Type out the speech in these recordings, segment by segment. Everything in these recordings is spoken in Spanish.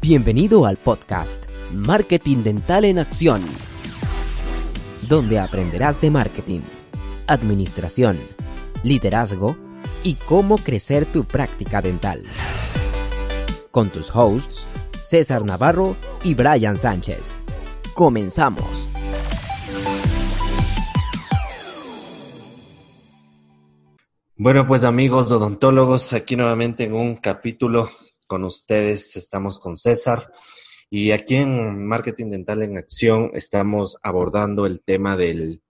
Bienvenido al podcast Marketing Dental en Acción, donde aprenderás de marketing, administración, liderazgo y cómo crecer tu práctica dental. Con tus hosts, César Navarro y Brian Sánchez. ¡Comenzamos! Bueno, pues amigos odontólogos, aquí nuevamente en un capítulo con ustedes. Estamos con César y aquí en Marketing Dental en Acción estamos abordando el tema del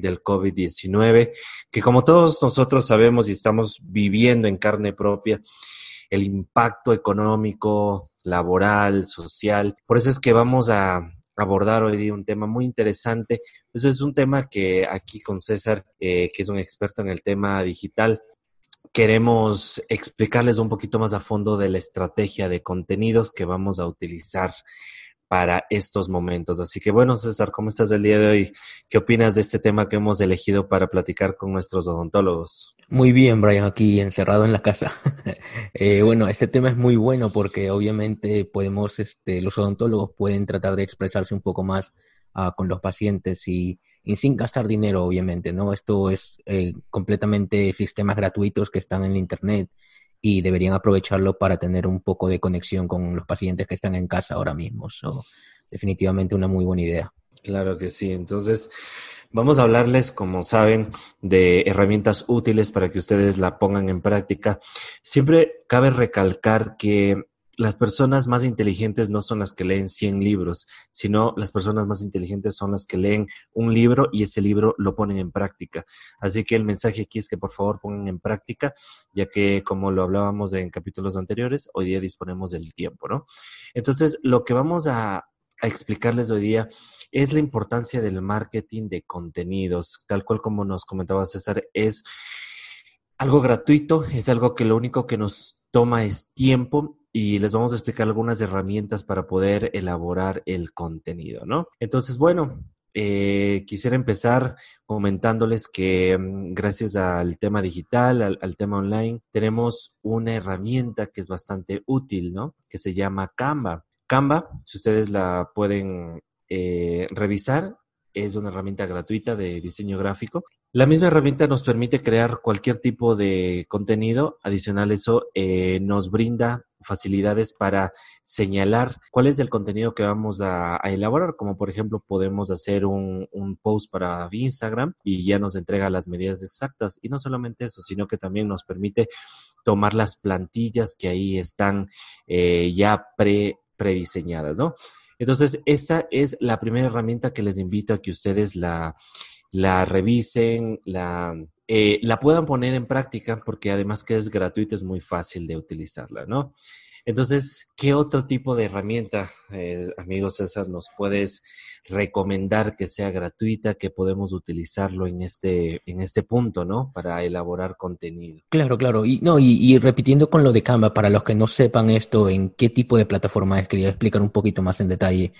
COVID-19, que como todos nosotros sabemos y estamos viviendo en carne propia, el impacto económico, laboral, social. Por eso es que vamos a abordar hoy día un tema muy interesante. Pues es un tema que aquí con César, que es un experto en el tema digital, queremos explicarles un poquito más a fondo de la estrategia de contenidos que vamos a utilizar para estos momentos. Así que bueno, César, ¿cómo estás el día de hoy? ¿Qué opinas de este tema que hemos elegido para platicar con nuestros odontólogos? Muy bien, Brian, aquí encerrado en la casa. Bueno, este tema es muy bueno porque obviamente podemos, los odontólogos pueden tratar de expresarse un poco más con los pacientes y sin gastar dinero, obviamente, ¿no? Esto es completamente sistemas gratuitos que están en la internet y deberían aprovecharlo para tener un poco de conexión con los pacientes que están en casa ahora mismo. Definitivamente una muy buena idea. Claro que sí. Entonces, vamos a hablarles, como saben, de herramientas útiles para que ustedes la pongan en práctica. Siempre cabe recalcar que las personas más inteligentes no son las que leen 100 libros, sino las personas más inteligentes son las que leen un libro y ese libro lo ponen en práctica. Así que el mensaje aquí es que por favor pongan en práctica, ya que como lo hablábamos en capítulos anteriores, hoy día disponemos del tiempo, ¿no? Entonces, lo que vamos a explicarles hoy día es la importancia del marketing de contenidos, tal cual como nos comentaba César, es algo gratuito, es algo que lo único que nos toma es tiempo y les vamos a explicar algunas herramientas para poder elaborar el contenido, ¿no? Entonces, bueno, quisiera empezar comentándoles que gracias al tema digital, al tema online, tenemos una herramienta que es bastante útil, ¿no? Que se llama Canva. Canva, si ustedes la pueden revisar, es una herramienta gratuita de diseño gráfico. La misma herramienta nos permite crear cualquier tipo de contenido. Adicional a eso, nos brinda facilidades para señalar cuál es el contenido que vamos a elaborar, como por ejemplo podemos hacer un post para Instagram y ya nos entrega las medidas exactas. Y no solamente eso, sino que también nos permite tomar las plantillas que ahí están ya prediseñadas, ¿no? Entonces, esa es la primera herramienta que les invito a que ustedes la revisen, la puedan poner en práctica, porque además que es gratuita, es muy fácil de utilizarla, ¿no? Entonces, ¿qué otro tipo de herramienta, amigo César, nos puedes recomendar que sea gratuita, que podemos utilizarlo en este punto, ¿no? Para elaborar contenido. Claro. Y repitiendo con lo de Canva, para los que no sepan esto, en qué tipo de plataforma es, quería explicar un poquito más en detalle.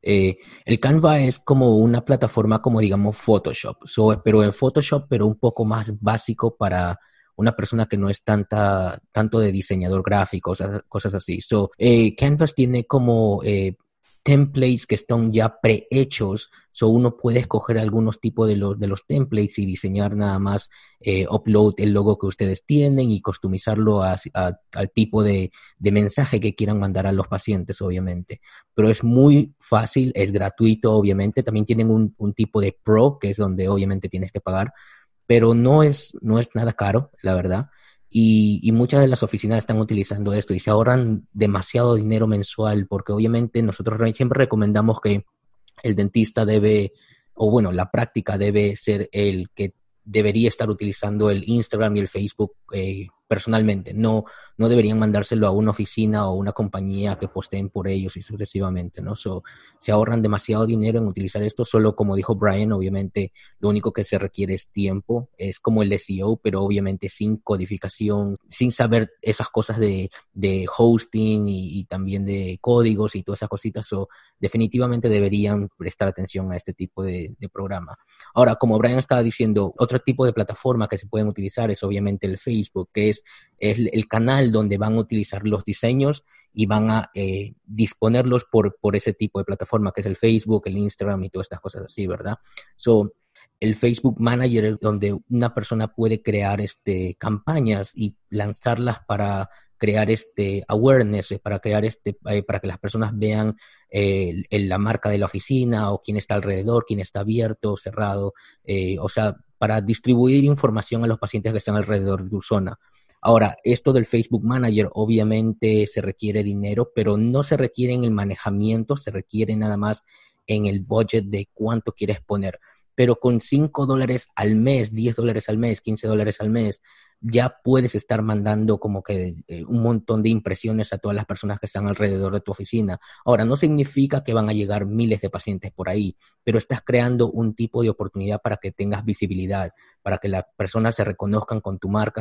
El Canva es como una plataforma como digamos Photoshop, pero en Photoshop, pero un poco más básico para una persona que no es tanto de diseñador gráfico, cosas así. Canvas tiene como templates que están ya prehechos, uno puede escoger algunos tipos de los templates y diseñar nada más, upload el logo que ustedes tienen y customizarlo al tipo de mensaje que quieran mandar a los pacientes, obviamente. Pero es muy fácil, es gratuito, obviamente. También tienen un tipo de Pro, que es donde obviamente tienes que pagar, pero no es nada caro, la verdad. Y muchas de las oficinas están utilizando esto y se ahorran demasiado dinero mensual, porque obviamente nosotros siempre recomendamos que el dentista la práctica debe ser el que debería estar utilizando el Instagram y el Facebook personalmente. No deberían mandárselo a una oficina o una compañía que posteen por ellos y sucesivamente, ¿no? Se ahorran demasiado dinero en utilizar esto. Solo, como dijo Brian, obviamente lo único que se requiere es tiempo. Es como el SEO, pero obviamente sin codificación, sin saber esas cosas de hosting y también de códigos y todas esas cositas. Definitivamente deberían prestar atención a este tipo de programa. Ahora, como Brian estaba diciendo, otro tipo de plataforma que se pueden utilizar es obviamente el Facebook, que es el canal donde van a utilizar los diseños y van a disponerlos por ese tipo de plataforma, que es el Facebook, el Instagram y todas estas cosas así, ¿verdad? So, el Facebook Manager es donde una persona puede crear campañas y lanzarlas para crear awareness, para crear para que las personas vean la marca de la oficina o quién está alrededor, quién está abierto, cerrado, o sea, para distribuir información a los pacientes que están alrededor de tu zona. Ahora, esto del Facebook Manager obviamente se requiere dinero, pero no se requiere en el manejamiento, se requiere nada más en el budget de cuánto quieres poner. Pero con $5 al mes, $10 al mes, $15 al mes, ya puedes estar mandando como que un montón de impresiones a todas las personas que están alrededor de tu oficina. Ahora, no significa que van a llegar miles de pacientes por ahí, pero estás creando un tipo de oportunidad para que tengas visibilidad, para que las personas se reconozcan con tu marca,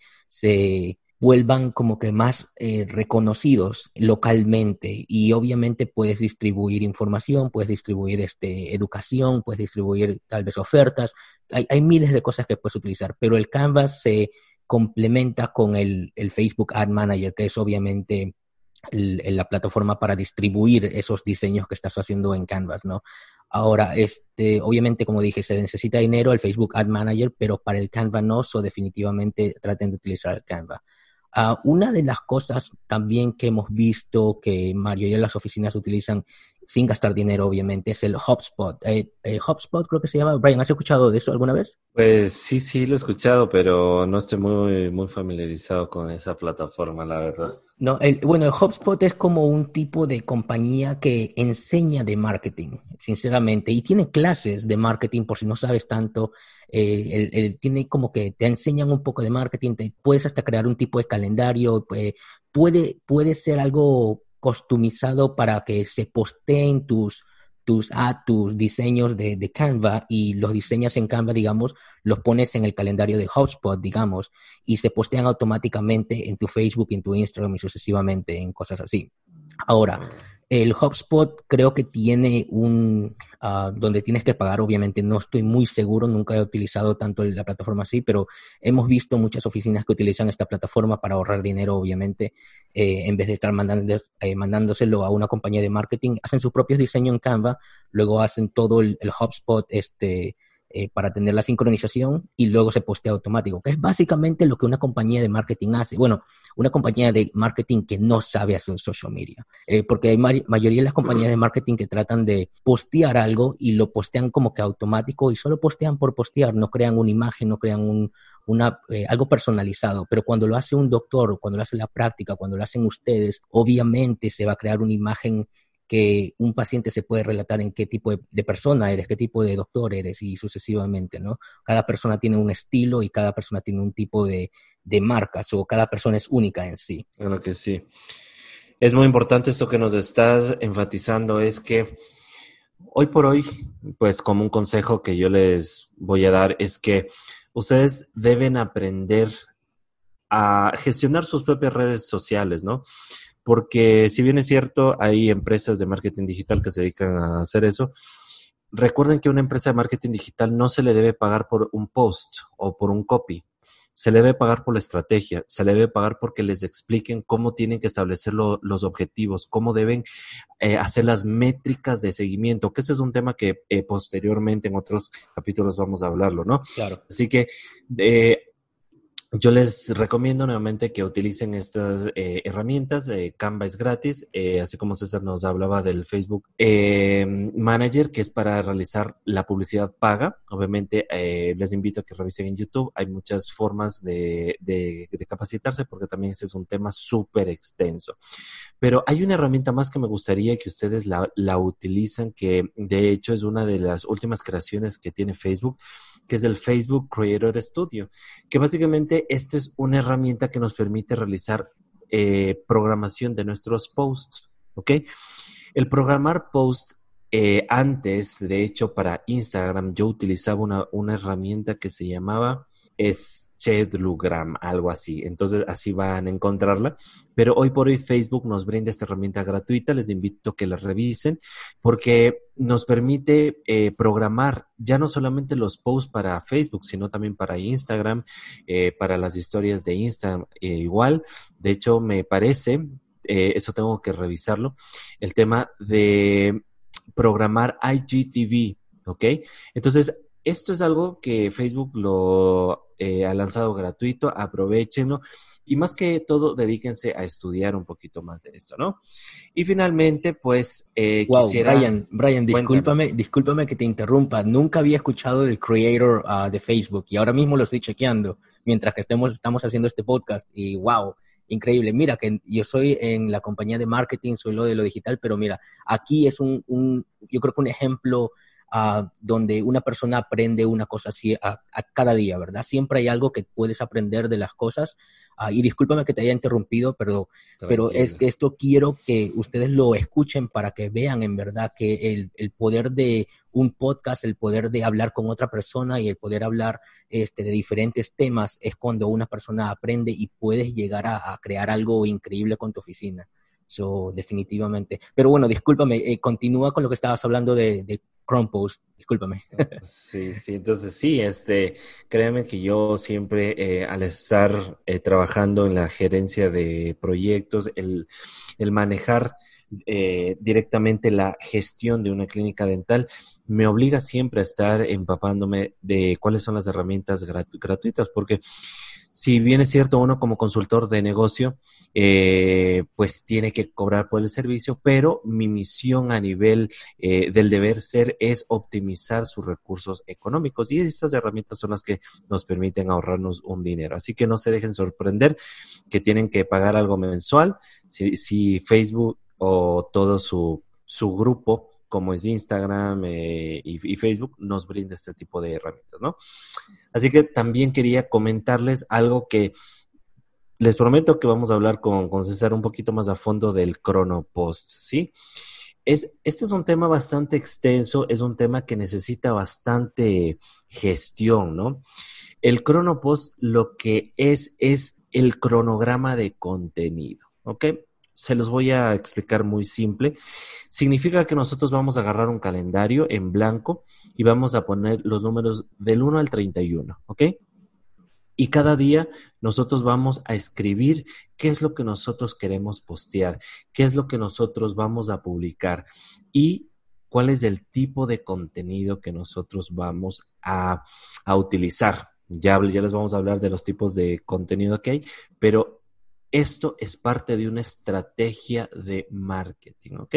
se vuelvan como que más reconocidos localmente, y obviamente puedes distribuir información, puedes distribuir educación, puedes distribuir tal vez ofertas, hay miles de cosas que puedes utilizar, pero el Canvas se complementa con el Facebook Ad Manager, que es obviamente la plataforma para distribuir esos diseños que estás haciendo en Canvas, ¿no? Ahora, obviamente, como dije, se necesita dinero el Facebook Ad Manager, pero para el Canva no, so definitivamente traten de utilizar el Canva. Una de las cosas también que hemos visto que mayoría de las oficinas utilizan sin gastar dinero, obviamente, es el HubSpot. HubSpot creo que se llama. Brian, ¿has escuchado de eso alguna vez? Pues sí lo he escuchado, pero no estoy muy familiarizado con esa plataforma, la verdad. No, bueno, el HubSpot es como un tipo de compañía que enseña de marketing, sinceramente, y tiene clases de marketing por si no sabes tanto. Tiene como que te enseñan un poco de marketing, puedes hasta crear un tipo de calendario, puede ser algo customizado para que se posteen tus diseños de Canva, y los diseñas en Canva, digamos, los pones en el calendario de HubSpot, digamos, y se postean automáticamente en tu Facebook, en tu Instagram y sucesivamente en cosas así. Ahora, el HubSpot creo que tiene donde tienes que pagar, obviamente no estoy muy seguro, nunca he utilizado tanto la plataforma así, pero hemos visto muchas oficinas que utilizan esta plataforma para ahorrar dinero, obviamente, en vez de estar mandándoselo a una compañía de marketing, hacen sus propios diseños en Canva, luego hacen todo el HubSpot para tener la sincronización, y luego se postea automático, que es básicamente lo que una compañía de marketing hace. Bueno, una compañía de marketing que no sabe hacer social media, porque hay mayoría de las compañías de marketing que tratan de postear algo y lo postean como que automático, y solo postean por postear, no crean una imagen, no crean algo personalizado. Pero cuando lo hace un doctor, cuando lo hace la práctica, cuando lo hacen ustedes, obviamente se va a crear una imagen que un paciente se puede relatar en qué tipo de persona eres, qué tipo de doctor eres, y sucesivamente, ¿no? Cada persona tiene un estilo y cada persona tiene un tipo de marcas, o cada persona es única en sí. Claro que sí. Es muy importante esto que nos estás enfatizando, es que hoy por hoy, pues como un consejo que yo les voy a dar es que ustedes deben aprender a gestionar sus propias redes sociales, ¿no? Porque si bien es cierto, hay empresas de marketing digital que se dedican a hacer eso, recuerden que a una empresa de marketing digital no se le debe pagar por un post o por un copy. Se le debe pagar por la estrategia, se le debe pagar porque les expliquen cómo tienen que establecer los objetivos, cómo deben hacer las métricas de seguimiento, que este es un tema que posteriormente en otros capítulos vamos a hablarlo, ¿no? Claro. Así que yo les recomiendo nuevamente que utilicen estas herramientas. Canva es gratis, así como César nos hablaba del Facebook Manager, que es para realizar la publicidad paga. Obviamente les invito a que revisen en YouTube. Hay muchas formas de capacitarse, porque también ese es un tema súper extenso. Pero hay una herramienta más que me gustaría que ustedes la utilicen, que de hecho es una de las últimas creaciones que tiene Facebook, que es el Facebook Creator Studio, que básicamente esta es una herramienta que nos permite realizar programación de nuestros posts, ¿ok? El programar posts, antes, de hecho, para Instagram, yo utilizaba una herramienta que se llamaba es Chedlugram, algo así. Entonces, así van a encontrarla. Pero hoy por hoy Facebook nos brinda esta herramienta gratuita. Les invito a que la revisen porque nos permite programar ya no solamente los posts para Facebook, sino también para Instagram, para las historias de Instagram igual. De hecho, me parece, eso tengo que revisarlo, el tema de programar IGTV, ¿ok? Entonces, esto es algo que Facebook lo ha lanzado gratuito, aprovechenlo y más que todo dedíquense a estudiar un poquito más de esto, ¿no? Y finalmente, pues Wow, quisiera... Brian, Cuéntame. discúlpame que te interrumpa. Nunca había escuchado del creator de Facebook y ahora mismo lo estoy chequeando mientras que estamos haciendo este podcast y wow, increíble. Mira que yo soy en la compañía de marketing, soy lo de lo digital, pero mira, aquí es yo creo que un ejemplo donde una persona aprende una cosa así a cada día, ¿verdad? Siempre hay algo que puedes aprender de las cosas. Y discúlpame que te haya interrumpido, pero es Tranquilo. que esto quiero que ustedes lo escuchen para que vean en verdad que el poder de un podcast, el poder de hablar con otra persona y el poder hablar de diferentes temas es cuando una persona aprende y puedes llegar a crear algo increíble con tu oficina. So, definitivamente. Pero bueno, discúlpame, continúa con lo que estabas hablando de Chrome Post. Discúlpame. Sí, sí, entonces sí, créeme que yo siempre al estar trabajando en la gerencia de proyectos, el manejar directamente la gestión de una clínica dental, me obliga siempre a estar empapándome de cuáles son las herramientas gratuitas, porque si bien es cierto, uno como consultor de negocio, pues tiene que cobrar por el servicio, pero mi misión a nivel del deber ser es optimizar sus recursos económicos y estas herramientas son las que nos permiten ahorrarnos un dinero. Así que no se dejen sorprender que tienen que pagar algo mensual. Si Facebook o todo su grupo, como es Instagram y Facebook, nos brinda este tipo de herramientas, ¿no? Así que también quería comentarles algo que les prometo que vamos a hablar con César un poquito más a fondo del Cronopost, ¿sí? Este es un tema bastante extenso, es un tema que necesita bastante gestión, ¿no? El Cronopost lo que es el cronograma de contenido, ¿ok? Se los voy a explicar muy simple. Significa que nosotros vamos a agarrar un calendario en blanco y vamos a poner los números del 1 al 31, ¿ok? Y cada día nosotros vamos a escribir qué es lo que nosotros queremos postear, qué es lo que nosotros vamos a publicar y cuál es el tipo de contenido que nosotros vamos a utilizar. Ya les vamos a hablar de los tipos de contenido que hay, pero esto es parte de una estrategia de marketing, ¿ok?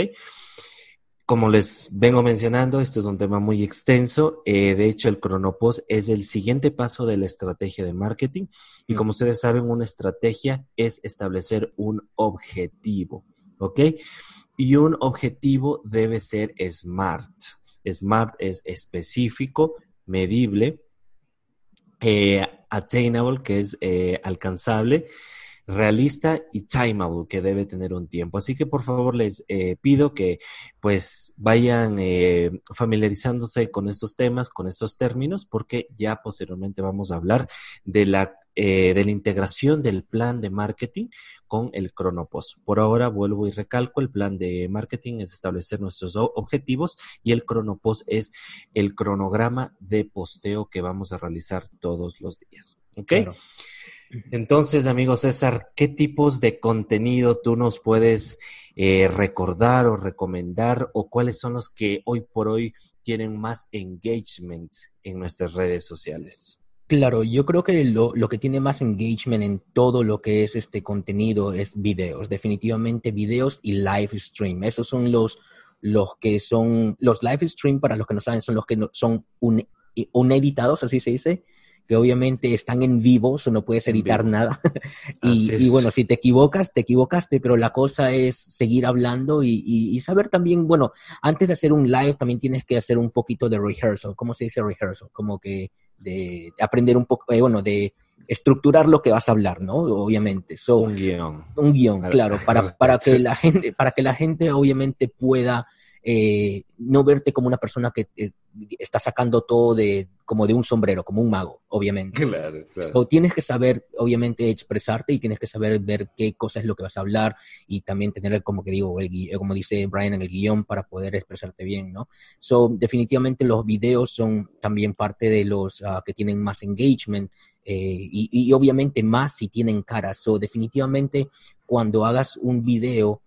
Como les vengo mencionando, este es un tema muy extenso. De hecho, el Cronopost es el siguiente paso de la estrategia de marketing. Y como ustedes saben, una estrategia es establecer un objetivo, ¿ok? Y un objetivo debe ser SMART. SMART es específico, medible, attainable, que es alcanzable, realista y timeable, que debe tener un tiempo. Así que por favor les pido que pues vayan familiarizándose con estos temas, con estos términos, porque ya posteriormente vamos a hablar de la integración del plan de marketing con el Cronopost. Por ahora vuelvo y recalco, el plan de marketing es establecer nuestros objetivos y el Cronopost es el cronograma de posteo que vamos a realizar todos los días. ¿Ok? Claro. Entonces, amigo César, ¿qué tipos de contenido tú nos puedes recordar o recomendar o cuáles son los que hoy por hoy tienen más engagement en nuestras redes sociales? Claro, yo creo que lo que tiene más engagement en todo lo que es este contenido es videos, definitivamente videos y live stream. Esos son los que son, los live stream, para los que no saben, son los que son uneditados, así se dice, que obviamente están en vivo, so no puedes editar nada. Así Y bueno, es. si te equivocas, te equivocaste, pero la cosa es seguir hablando y saber también, bueno, antes de hacer un live también tienes que hacer un poquito de rehearsal. ¿Cómo se dice rehearsal? Como que de aprender un poco, bueno, de estructurar lo que vas a hablar, ¿no? Obviamente. Un guión. Un guión, claro, para que la gente obviamente pueda no verte como una persona que está sacando todo como de un sombrero, como un mago, obviamente. Claro, claro. So, tienes que saber, obviamente, expresarte y tienes que saber ver qué cosa es lo que vas a hablar y también tener, como que digo, como dice Brian en el guión, para poder expresarte bien, ¿no? So, definitivamente los videos son también parte de los que tienen más engagement y obviamente más si tienen cara. So, definitivamente, cuando hagas un video,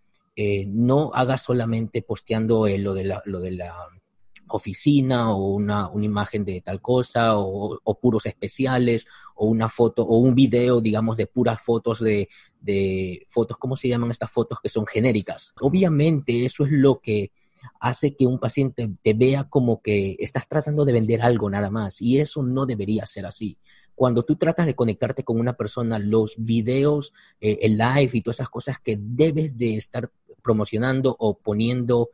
no hagas solamente posteando lo de la oficina o una imagen de tal cosa o puros especiales o una foto o un video, digamos, de puras fotos de fotos, ¿cómo se llaman estas fotos que son genéricas? Obviamente eso es lo que hace que un paciente te vea como que estás tratando de vender algo nada más y eso no debería ser así. Cuando tú tratas de conectarte con una persona, los videos, el live y todas esas cosas que debes de estar promocionando o poniendo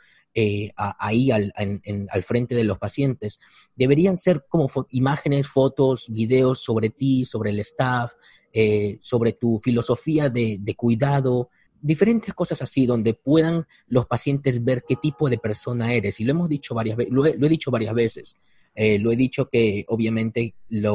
ahí al frente de los pacientes, deberían ser como imágenes, fotos, videos sobre ti, sobre el staff, sobre tu filosofía de cuidado, diferentes cosas así donde puedan los pacientes ver qué tipo de persona eres. Y lo hemos dicho varias veces, lo he dicho varias veces. Lo he dicho que obviamente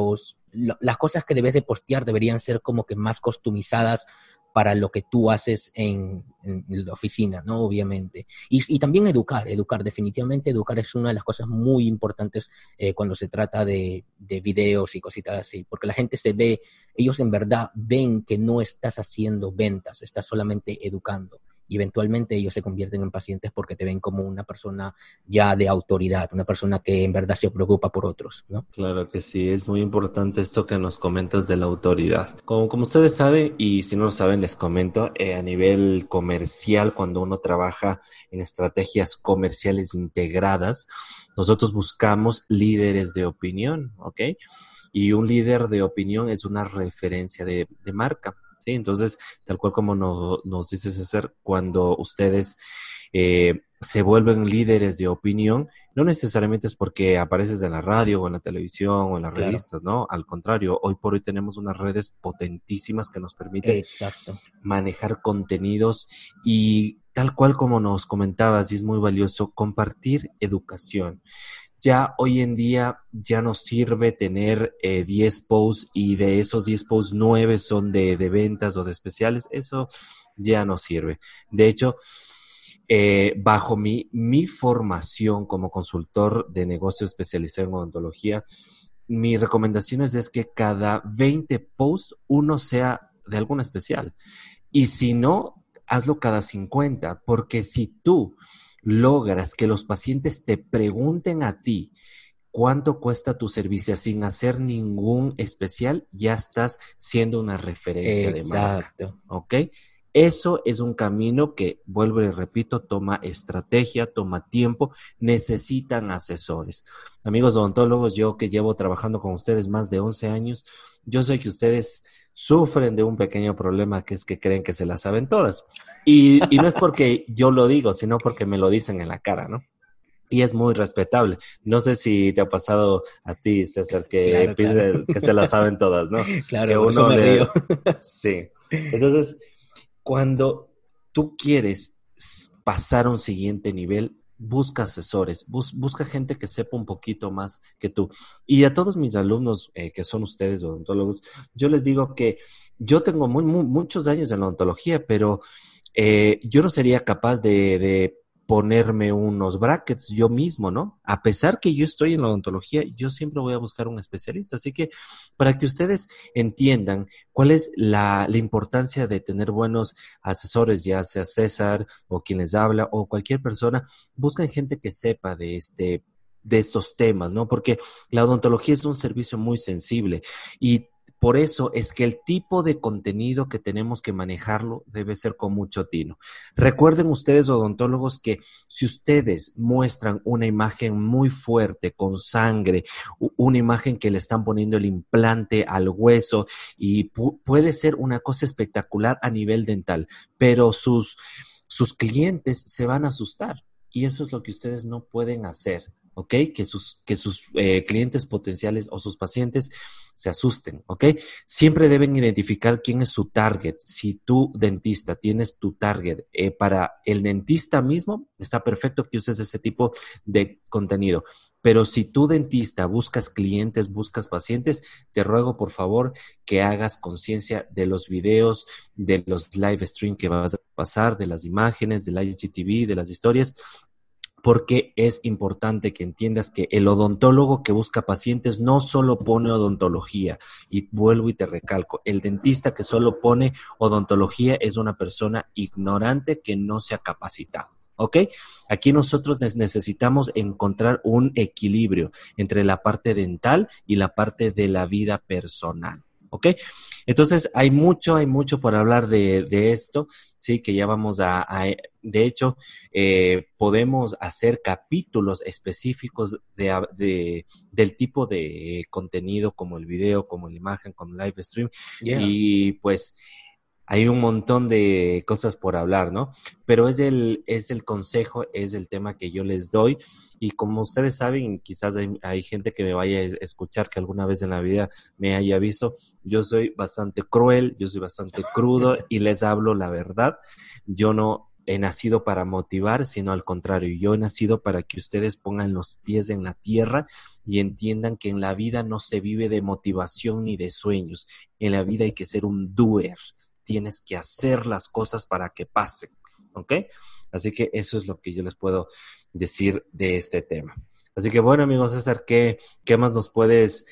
las cosas que debes de postear deberían ser como que más customizadas para lo que tú haces en la oficina, ¿no? Obviamente. Y también educar, definitivamente educar es una de las cosas muy importantes cuando se trata de videos y cositas así, porque la gente ellos en verdad ven que no estás haciendo ventas, estás solamente educando. Y eventualmente ellos se convierten en pacientes porque te ven como una persona ya de autoridad, una persona que en verdad se preocupa por otros, ¿no? Claro que sí, es muy importante esto que nos comentas de la autoridad. Como ustedes saben, y si no lo saben, les comento, a nivel comercial, cuando uno trabaja en estrategias comerciales integradas, nosotros buscamos líderes de opinión, ¿ok? Y un líder de opinión es una referencia de marca. Sí, entonces, tal cual como nos dice César, cuando ustedes se vuelven líderes de opinión, no necesariamente es porque apareces en la radio o en la televisión o en las Claro. revistas, ¿no? Al contrario, hoy por hoy tenemos unas redes potentísimas que nos permiten Exacto. manejar contenidos y tal cual como nos comentabas, y es muy valioso, compartir educación. Ya hoy en día ya no sirve tener 10 posts y de esos 10 posts 9 son de ventas o de especiales. Eso ya no sirve. De hecho, bajo mi formación como consultor de negocio especializado en odontología, mi recomendación es que cada 20 posts uno sea de alguna especial. Y si no, hazlo cada 50, porque si tú logras que los pacientes te pregunten a ti cuánto cuesta tu servicio sin hacer ningún especial, ya estás siendo una referencia de marca. Exacto. ¿Ok? Eso es un camino que, vuelvo y repito, toma estrategia, toma tiempo, necesitan asesores. Amigos odontólogos, yo que llevo trabajando con ustedes más de 11 años, yo sé que ustedes sufren de un pequeño problema que es que creen que se las saben todas. Y no es porque yo lo digo, sino porque me lo dicen en la cara, ¿no? Y es muy respetable. No sé si te ha pasado a ti, César, que Claro. que se las saben todas, ¿no? Claro, Que por eso me río. Sí. Entonces, cuando tú quieres pasar a un siguiente nivel, busca asesores, busca gente que sepa un poquito más que tú. Y a todos mis alumnos que son ustedes odontólogos, yo les digo que yo tengo muchos años en la odontología, pero yo no sería capaz de ponerme unos brackets yo mismo, ¿no? A pesar que yo estoy en la odontología, yo siempre voy a buscar un especialista. Así que para que ustedes entiendan cuál es la importancia de tener buenos asesores, ya sea César o quien les habla o cualquier persona, busquen gente que sepa de estos temas, ¿no? Porque la odontología es un servicio muy sensible y por eso es que el tipo de contenido que tenemos que manejarlo debe ser con mucho tino. Recuerden ustedes, odontólogos, que si ustedes muestran una imagen muy fuerte, con sangre, una imagen que le están poniendo el implante al hueso y puede ser una cosa espectacular a nivel dental, pero sus clientes se van a asustar y eso es lo que ustedes no pueden hacer. ¿ok? Que sus clientes potenciales o sus pacientes se asusten, ¿ok? Siempre deben identificar quién es su target. Si tú, dentista, tienes tu target para el dentista mismo, está perfecto que uses ese tipo de contenido. Pero si tú, dentista, buscas clientes, buscas pacientes, te ruego, por favor, que hagas conciencia de los videos, de los live stream que vas a pasar, de las imágenes, del IGTV, de las historias, porque es importante que entiendas que el odontólogo que busca pacientes no solo pone odontología, y vuelvo y te recalco, el dentista que solo pone odontología es una persona ignorante que no se ha capacitado. ¿Ok? Aquí nosotros necesitamos encontrar un equilibrio entre la parte dental y la parte de la vida personal. ¿Ok? Entonces, hay mucho por hablar de esto, sí, que ya vamos de hecho, podemos hacer capítulos específicos del tipo de contenido, como el video, como la imagen, como el live stream, y pues hay un montón de cosas por hablar, ¿no? Pero es el consejo, es el tema que yo les doy. Y como ustedes saben, quizás hay gente que me vaya a escuchar que alguna vez en la vida me haya visto, yo soy bastante cruel, yo soy bastante crudo y les hablo la verdad. Yo no he nacido para motivar, sino al contrario, yo he nacido para que ustedes pongan los pies en la tierra y entiendan que en la vida no se vive de motivación ni de sueños. En la vida hay que ser un doer. Tienes que hacer las cosas para que pasen, ¿ok? Así que eso es lo que yo les puedo decir de este tema. Así que bueno, amigo César, ¿qué más nos puedes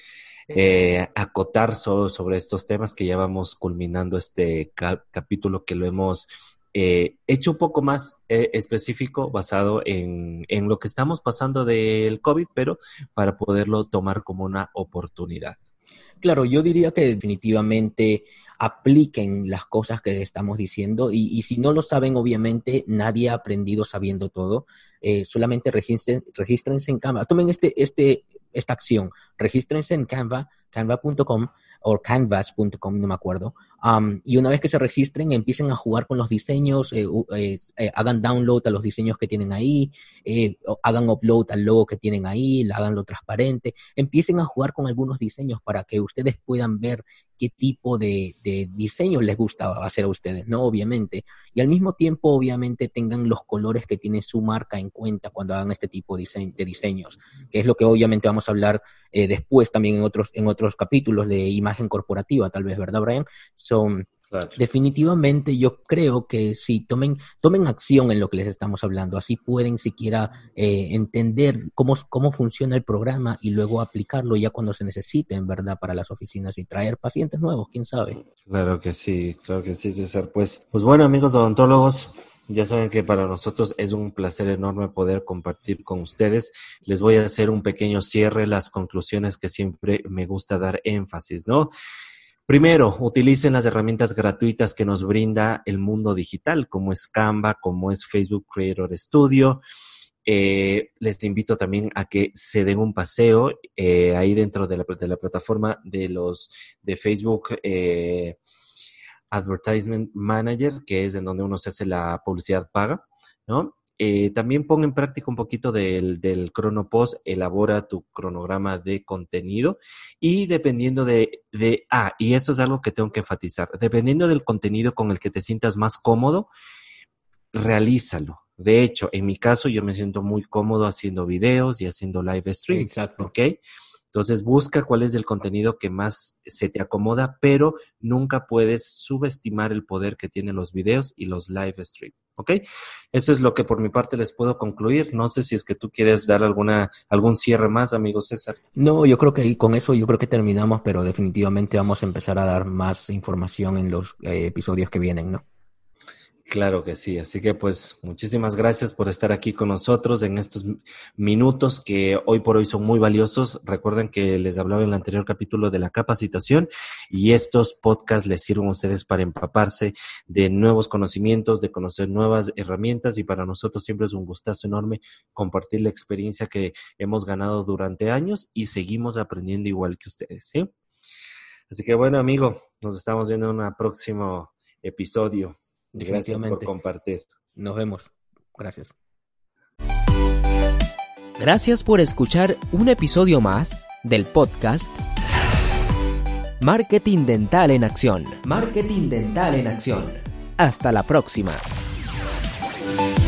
acotar sobre estos temas que ya vamos culminando este capítulo que lo hemos hecho un poco más específico, basado en lo que estamos pasando del COVID, pero para poderlo tomar como una oportunidad? Claro, yo diría que definitivamente apliquen las cosas que estamos diciendo y si no lo saben, obviamente nadie ha aprendido sabiendo todo. Solamente regístrense en Canva. Tomen esta acción, regístrense en canva.com o canvas.com, no me acuerdo. Y una vez que se registren, empiecen a jugar con los diseños, hagan download a los diseños que tienen ahí, hagan upload al logo que tienen ahí, háganlo transparente, empiecen a jugar con algunos diseños para que ustedes puedan ver qué tipo de diseño les gusta hacer a ustedes, ¿no? Obviamente. Y al mismo tiempo, obviamente, tengan los colores que tiene su marca en cuenta cuando hagan este tipo de diseños, que es lo que obviamente vamos a hablar después también en otros capítulos de imagen corporativa, tal vez, ¿verdad, Brian? Claro. Definitivamente yo creo que sí, tomen acción en lo que les estamos hablando, así pueden siquiera entender cómo funciona el programa y luego aplicarlo ya cuando se necesiten, ¿verdad? Para las oficinas y traer pacientes nuevos, quién sabe. Claro que sí, César. Pues bueno, amigos odontólogos, ya saben que para nosotros es un placer enorme poder compartir con ustedes. Les voy a hacer un pequeño cierre, las conclusiones que siempre me gusta dar énfasis, ¿no? Primero, utilicen las herramientas gratuitas que nos brinda el mundo digital, como es Canva, como es Facebook Creator Studio. Les invito también a que se den un paseo ahí dentro de la plataforma de Facebook Advertisement Manager, que es en donde uno se hace la publicidad paga, ¿no? También pon en práctica un poquito del Cronopost, elabora tu cronograma de contenido y dependiendo y esto es algo que tengo que enfatizar, dependiendo del contenido con el que te sientas más cómodo, realízalo. De hecho, en mi caso, yo me siento muy cómodo haciendo videos y haciendo live stream. Exacto. ¿Ok? Entonces, busca cuál es el contenido que más se te acomoda, pero nunca puedes subestimar el poder que tienen los videos y los live stream. ¿Ok? Eso es lo que por mi parte les puedo concluir. No sé si es que tú quieres dar algún cierre más, amigo César. No, yo creo que con eso terminamos, pero definitivamente vamos a empezar a dar más información en los episodios que vienen, ¿no? Claro que sí, así que pues muchísimas gracias por estar aquí con nosotros en estos minutos que hoy por hoy son muy valiosos. Recuerden que les hablaba en el anterior capítulo de la capacitación y estos podcasts les sirven a ustedes para empaparse de nuevos conocimientos, de conocer nuevas herramientas y para nosotros siempre es un gustazo enorme compartir la experiencia que hemos ganado durante años y seguimos aprendiendo igual que ustedes, ¿sí? Así que bueno, amigo, nos estamos viendo en un próximo episodio. Gracias por compartir. Nos vemos. Gracias. Gracias por escuchar un episodio más del podcast Marketing Dental en Acción. Marketing Dental en Acción. Hasta la próxima.